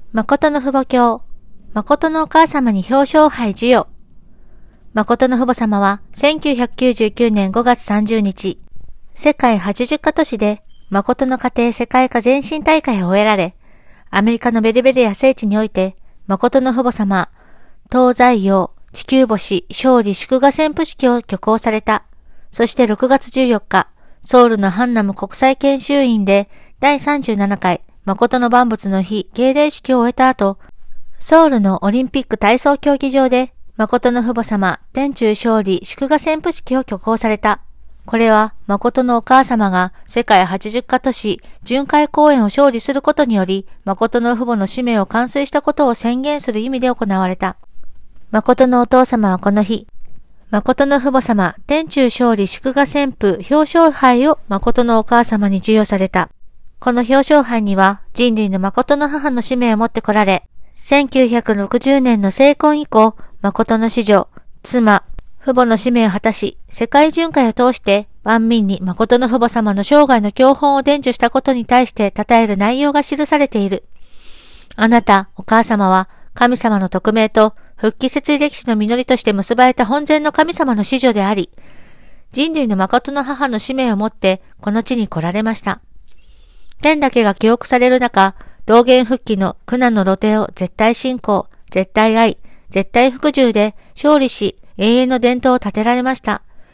誠の父母教、誠のお母様に表彰杯授与。誠の父母様は1999年5月30日、世界80カ都市で誠の家庭世界化前進大会を終えられ、アメリカのベルベデア聖地において、誠の父母様、東西洋、地球星、勝利祝賀旋風式を挙行された。そして6月14日、ソウルのハンナム国際研修院で第37回誠の万物の日敬礼式を終えた後、ソウルのオリンピック体操競技場で誠の父母様天中勝利祝賀旋風式を挙行された。これは誠のお母様が世界80カ都市巡回公演を勝利することにより、誠の父母の使命を完遂したことを宣言する意味で行われた。誠のお父様はこの日、誠の父母様天中勝利祝賀旋風表彰杯を誠のお母様に授与された。この表彰杯には人類の誠の母の使命を持ってこられ、1960年の成婚以降、誠の子女、妻、父母の使命を果たし、世界巡回を通して万民に誠の父母様の生涯の教本を伝授したことに対して称える内容が記されている。あなた、お母様は神様の特命と復帰設立歴史の実りとして結ばれた本然の神様の子女であり、人類の誠の母の使命を持ってこの地に来られました。天だけが記憶される中、道元復帰の苦難の露呈を絶対信仰、絶対愛、絶対服従で勝利し、永遠の伝統を立てられました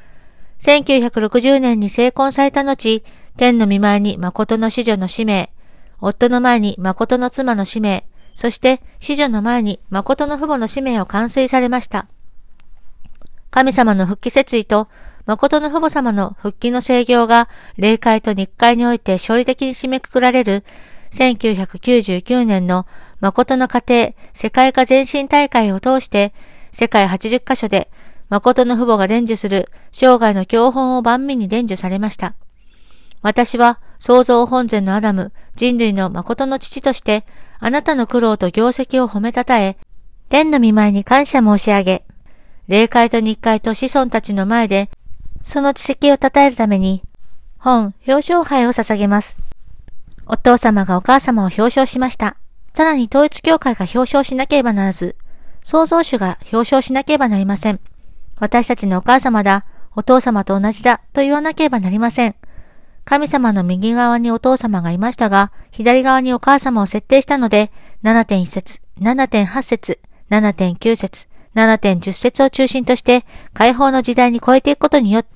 。1960年に成婚された後、天の御前に誠の子女の使命、夫の前に誠の妻の使命、そして子女の前に誠の父母の使命を完遂されました。神様の復帰決意と誠の父母様の復帰の制御が霊界と日界において勝利的に締めくくられる1999年の誠の家庭世界化前進大会を通して世界80カ所で誠の父母が伝授する生涯の教本を万民に伝授されました。私は創造本然のアダム、人類の誠の父としてあなたの苦労と業績を褒めたたえ、天の御前に感謝申し上げ、霊界と日界と子孫たちの前でその知績を称えるために本表彰杯を捧げます。お父様がお母様を表彰しました。さらに統一教会が表彰しなければならず、創造主が表彰しなければなりません。私たちのお母様だ、お父様と同じだと言わなければなりません。神様の右側にお父様がいましたが、左側にお母様を設定したので、7.1 節、7.8 節、7.9 節、7.10 節を中心として、解放の時代に超えていくことによって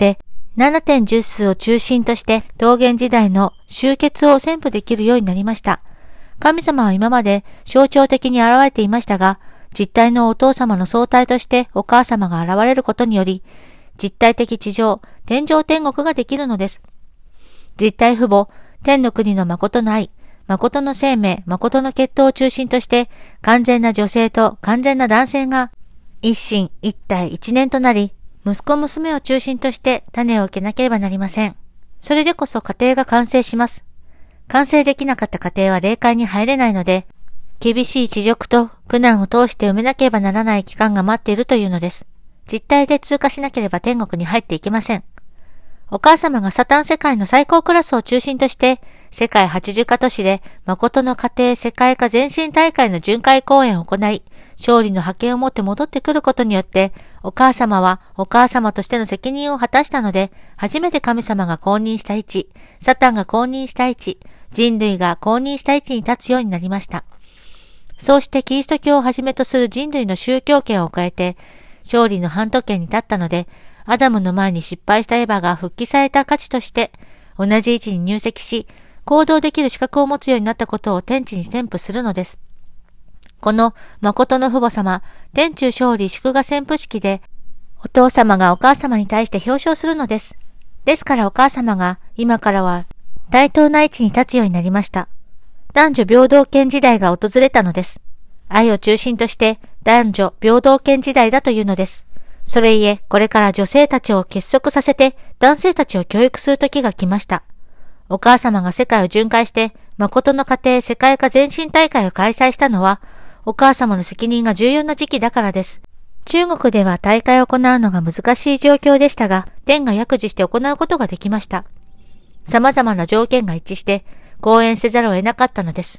、7.10 数を中心として、道元時代の終結を宣布できるようになりました。神様は今まで象徴的に現れていましたが、実体のお父様の相対としてお母様が現れることにより、実体的地上、天上天国ができるのです。実体父母、天の国の誠の愛、誠の生命、誠の血統を中心として、完全な女性と完全な男性が、一心一体一年となり、息子娘を中心として種を受けなければなりません。それでこそ家庭が完成します。完成できなかった家庭は霊界に入れないので、厳しい地獄と苦難を通して埋めなければならない期間が待っているというのです。実体で通過しなければ天国に入っていけません。お母様がサタン世界の最高クラスを中心として、世界80カ都市で誠の家庭世界化前進大会の巡回公演を行い、勝利の覇権を持って戻ってくることによって、お母様はお母様としての責任を果たしたので、初めて神様が公認した位置、サタンが公認した位置、人類が公認した位置に立つようになりました。そうしてキリスト教をはじめとする人類の宗教権を超えて、勝利の半時計に立ったので、アダムの前に失敗したエヴァが復帰された価値として、同じ位置に入籍し、行動できる資格を持つようになったことを天地に宣布するのです。この誠の父母様、天中勝利祝賀旋風式で、お父様がお母様に対して表彰するのです。ですからお母様が今からは対等な位置に立つようになりました。男女平等権時代が訪れたのです。愛を中心として男女平等権時代だというのです。それゆえ、これから女性たちを結束させて男性たちを教育する時が来ました。お母様が世界を巡回して、誠の家庭世界化前進大会を開催したのは、お母様の責任が重要な時期だからです。中国では大会を行うのが難しい状況でしたが、天が躍示して行うことができました。様々な条件が一致して、講演せざるを得なかったのです。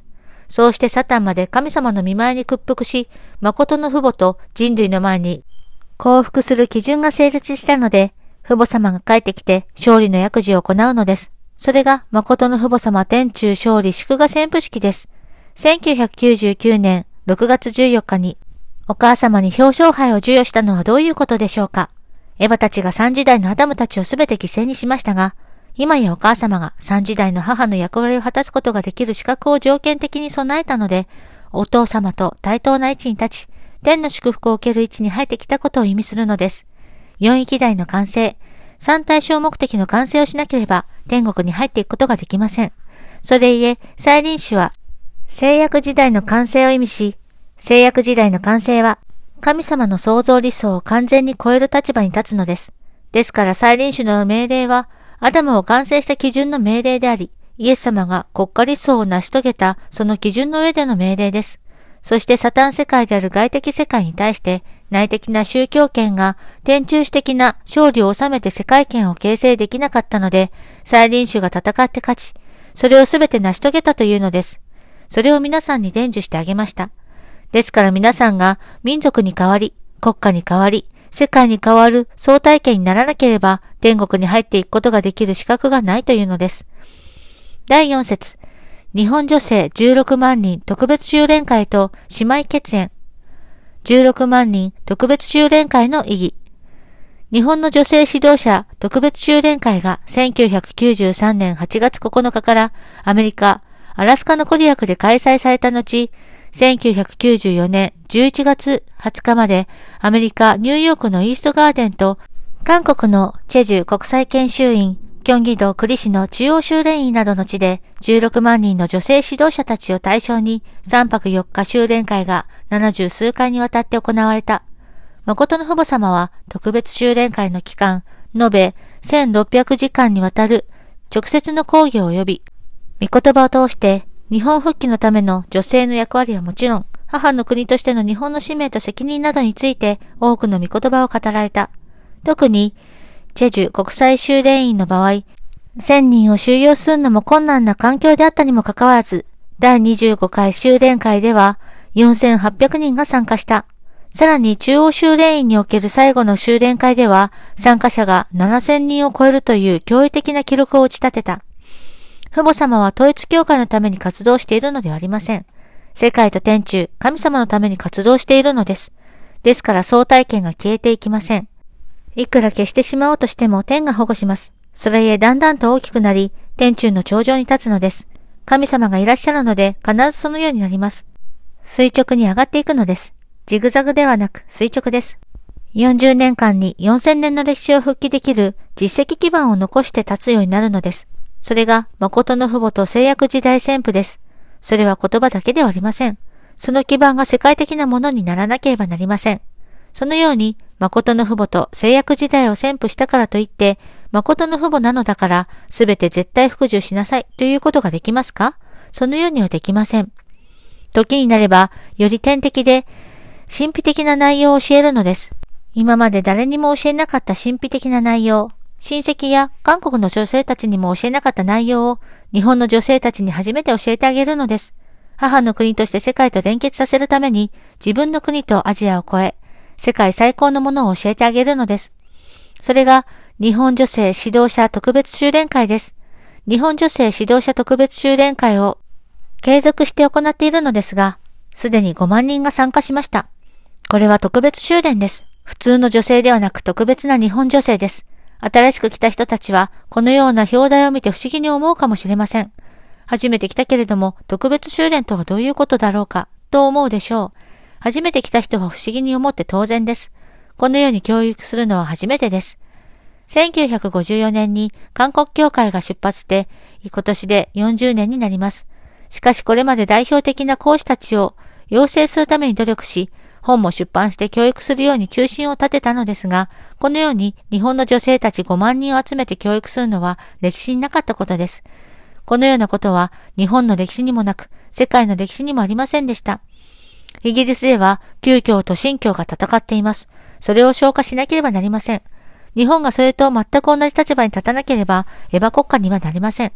そうしてサタンまで神様の御前に屈服し、誠の父母と人類の前に降伏する基準が成立したので、父母様が帰ってきて勝利の役事を行うのです。それが誠の父母様天中勝利祝賀宣布式です。1999年6月14日にお母様に表彰杯を授与したのはどういうことでしょうか。エヴァたちが3時代のアダムたちをすべて犠牲にしましたが、今やお母様が3時代の母の役割を果たすことができる資格を条件的に備えたので、お父様と対等な位置に立ち、天の祝福を受ける位置に入ってきたことを意味するのです。4域台の完成、3対象目的の完成をしなければ天国に入っていくことができません。それゆえ、再臨死は制約時代の完成を意味し、制約時代の完成は神様の創造理想を完全に超える立場に立つのです。ですから再臨死の命令は、アダムを完成した基準の命令であり、イエス様が国家理想を成し遂げたその基準の上での命令です。そしてサタン世界である外的世界に対して内的な宗教圏が天中史的な勝利を収めて世界圏を形成できなかったので、再臨主が戦って勝ち、それをすべて成し遂げたというのです。それを皆さんに伝授してあげました。ですから皆さんが民族に変わり、国家に変わり、世界に変わる相対権にならなければ天国に入っていくことができる資格がないというのです。第4節、日本女性16万人特別修練会と姉妹血縁。16万人特別修練会の意義。日本の女性指導者特別修練会が1993年8月9日からアメリカ、アラスカのコディアクで開催された後、1994年11月20日までアメリカ・ニューヨークのイーストガーデンと韓国のチェジュ国際研修院、キョンギ道クリ市の中央修練院などの地で16万人の女性指導者たちを対象に3泊4日修練会が70数回にわたって行われた。誠の父母様は特別修練会の期間、延べ1600時間にわたる直接の講義を及び、御言葉を通して日本復帰のための女性の役割はもちろん、母の国としての日本の使命と責任などについて多くの御言葉を語られた。特に、チェジュ国際修練院の場合、1000人を収容するのも困難な環境であったにもかかわらず、第25回修練会では4800人が参加した。さらに中央修練院における最後の修練会では、参加者が7000人を超えるという驚異的な記録を打ち立てた。父母様は統一教会のために活動しているのではありません。世界と天中、神様のために活動しているのです。ですから相対権が消えていきません。いくら消してしまおうとしても天が保護します。それゆえだんだんと大きくなり、天中の頂上に立つのです。神様がいらっしゃるので必ずそのようになります。垂直に上がっていくのです。ジグザグではなく垂直です。40年間に4000年の歴史を復帰できる実績基盤を残して立つようになるのです。それが誠の父母と制約時代宣布です。それは言葉だけではありません。その基盤が世界的なものにならなければなりません。そのように、誠の父母と制約時代を宣布したからといって、誠の父母なのだから、すべて絶対服従しなさいということができますか？そのようにはできません。時になれば、より天的で、神秘的な内容を教えるのです。今まで誰にも教えなかった神秘的な内容、親戚や韓国の女性たちにも教えなかった内容を日本の女性たちに初めて教えてあげるのです。母の国として世界と連結させるために自分の国とアジアを超え、世界最高のものを教えてあげるのです。それが日本女性指導者特別修練会です。日本女性指導者特別修練会を継続して行っているのですが、すでに5万人が参加しました。これは特別修練です。普通の女性ではなく特別な日本女性です。新しく来た人たちはこのような表題を見て不思議に思うかもしれません。初めて来たけれども特別修練とはどういうことだろうかと思うでしょう。初めて来た人は不思議に思って当然です。このように教育するのは初めてです。1954年に韓国教会が出発して今年で40年になります。しかしこれまで代表的な講師たちを養成するために努力し、本も出版して教育するように中心を立てたのですが、このように日本の女性たち5万人を集めて教育するのは歴史になかったことです。このようなことは日本の歴史にもなく、世界の歴史にもありませんでした。イギリスでは旧教と新教が戦っています。それを消化しなければなりません。日本がそれと全く同じ立場に立たなければエヴァ国家にはなりません。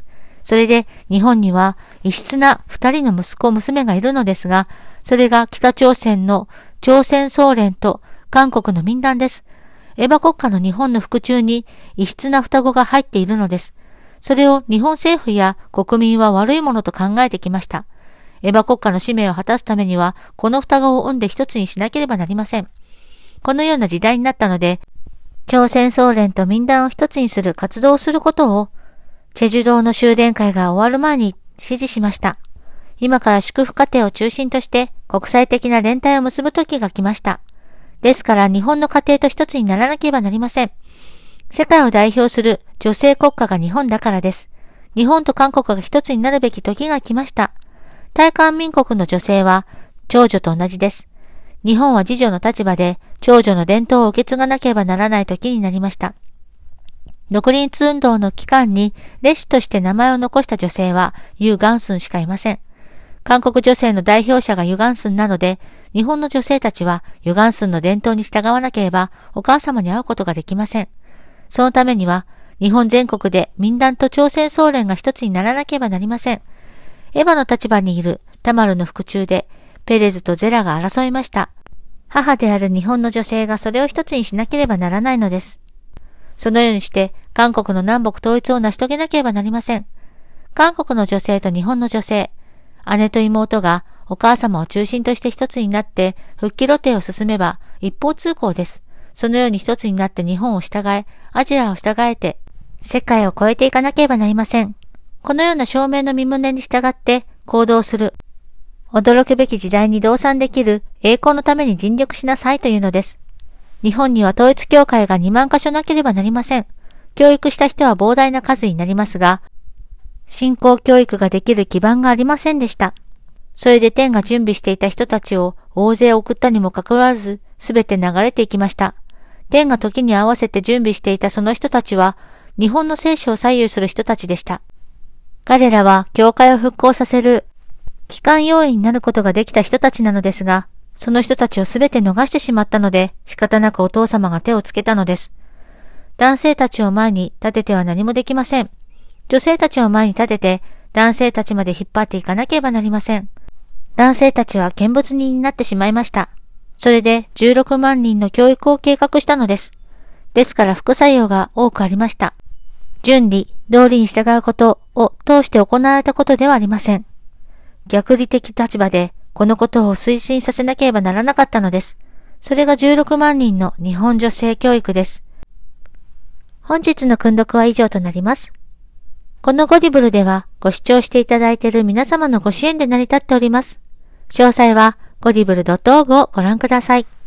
それで日本には異質な2人の息子娘がいるのですが、それが北朝鮮の朝鮮総連と韓国の民団です。エヴァ国家の日本の腹中に異質な双子が入っているのです。それを日本政府や国民は悪いものと考えてきました。エヴァ国家の使命を果たすためには、この双子を生んで一つにしなければなりません。このような時代になったので、朝鮮総連と民団を一つにする活動をすることを、チェジュ島の修練会が終わる前に指示しました。今から祝福家庭を中心として国際的な連帯を結ぶ時が来ました。ですから日本の家庭と一つにならなければなりません。世界を代表する女性国家が日本だからです。日本と韓国が一つになるべき時が来ました。大韓民国の女性は長女と同じです。日本は次女の立場で長女の伝統を受け継がなければならない時になりました。独立運動の期間に烈士として名前を残した女性はユ・ガンスンしかいません。韓国女性の代表者がユ・ガンスンなので、日本の女性たちはユ・ガンスンの伝統に従わなければお母様に会うことができません。そのためには日本全国で民団と朝鮮総連が一つにならなければなりません。エヴァの立場にいるタマルの腹中でペレズとゼラが争いました。母である日本の女性がそれを一つにしなければならないのです。そのようにして韓国の南北統一を成し遂げなければなりません。韓国の女性と日本の女性、姉と妹がお母様を中心として一つになって復帰露呈を進めば一方通行です。そのように一つになって日本を従え、アジアを従えて世界を超えていかなければなりません。このような証明の身旨に従って行動する。驚くべき時代に動産できる栄光のために尽力しなさいというのです。日本には統一教会が2万箇所なければなりません。教育した人は膨大な数になりますが、信仰教育ができる基盤がありませんでした。それで天が準備していた人たちを大勢送ったにもかかわらず、すべて流れていきました。天が時に合わせて準備していたその人たちは、日本の生死を左右する人たちでした。彼らは教会を復興させる基幹要員になることができた人たちなのですが、その人たちをすべて逃してしまったので、仕方なくお父様が手をつけたのです。男性たちを前に立てては何もできません。女性たちを前に立てて、男性たちまで引っ張っていかなければなりません。男性たちは見物人になってしまいました。それで16万人の教育を計画したのです。ですから副作用が多くありました。順理、道理に従うことを通して行われたことではありません。逆理的立場でこのことを推進させなければならなかったのです。それが16万人の日本女性教育です。本日の訓読は以上となります。このゴディブルではご視聴していただいている皆様のご支援で成り立っております。詳細はゴディブル.orgをご覧ください。